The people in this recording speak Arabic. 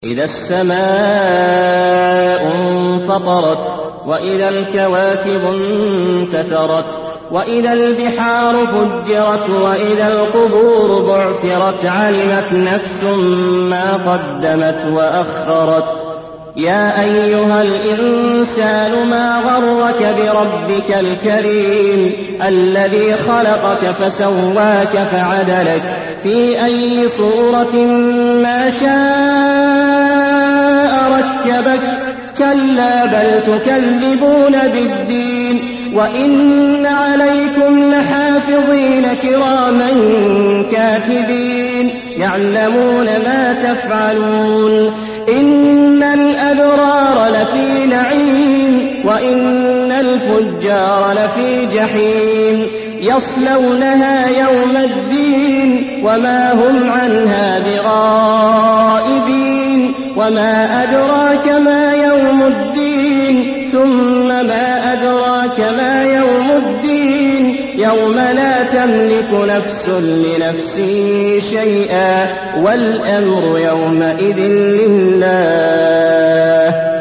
إذا السماء انفطرت وإذا الكواكب انتثرت وإذا البحار فجرت وإذا القبور بعثرت علمت نفس ما قدمت وأخرت يا أيها الإنسان ما غرك بربك الكريم الذي خلقك فسواك فعدلك في أي صورة ما شاء ركبك كلا بل تكذبون بالدين وإن عليكم لحافظين كراما كاتبين يعلمون ما تفعلون إن الأبرار لفي نعيم وإن الفجار لفي جحيم يصلونها يوم الدين وما هم عنها بغائبين وما أدراك ما يوم الدين ثم ما أدراك ما يوم الدين يوم لا تملك نفس لنفس شيئا والأمر يومئذ لله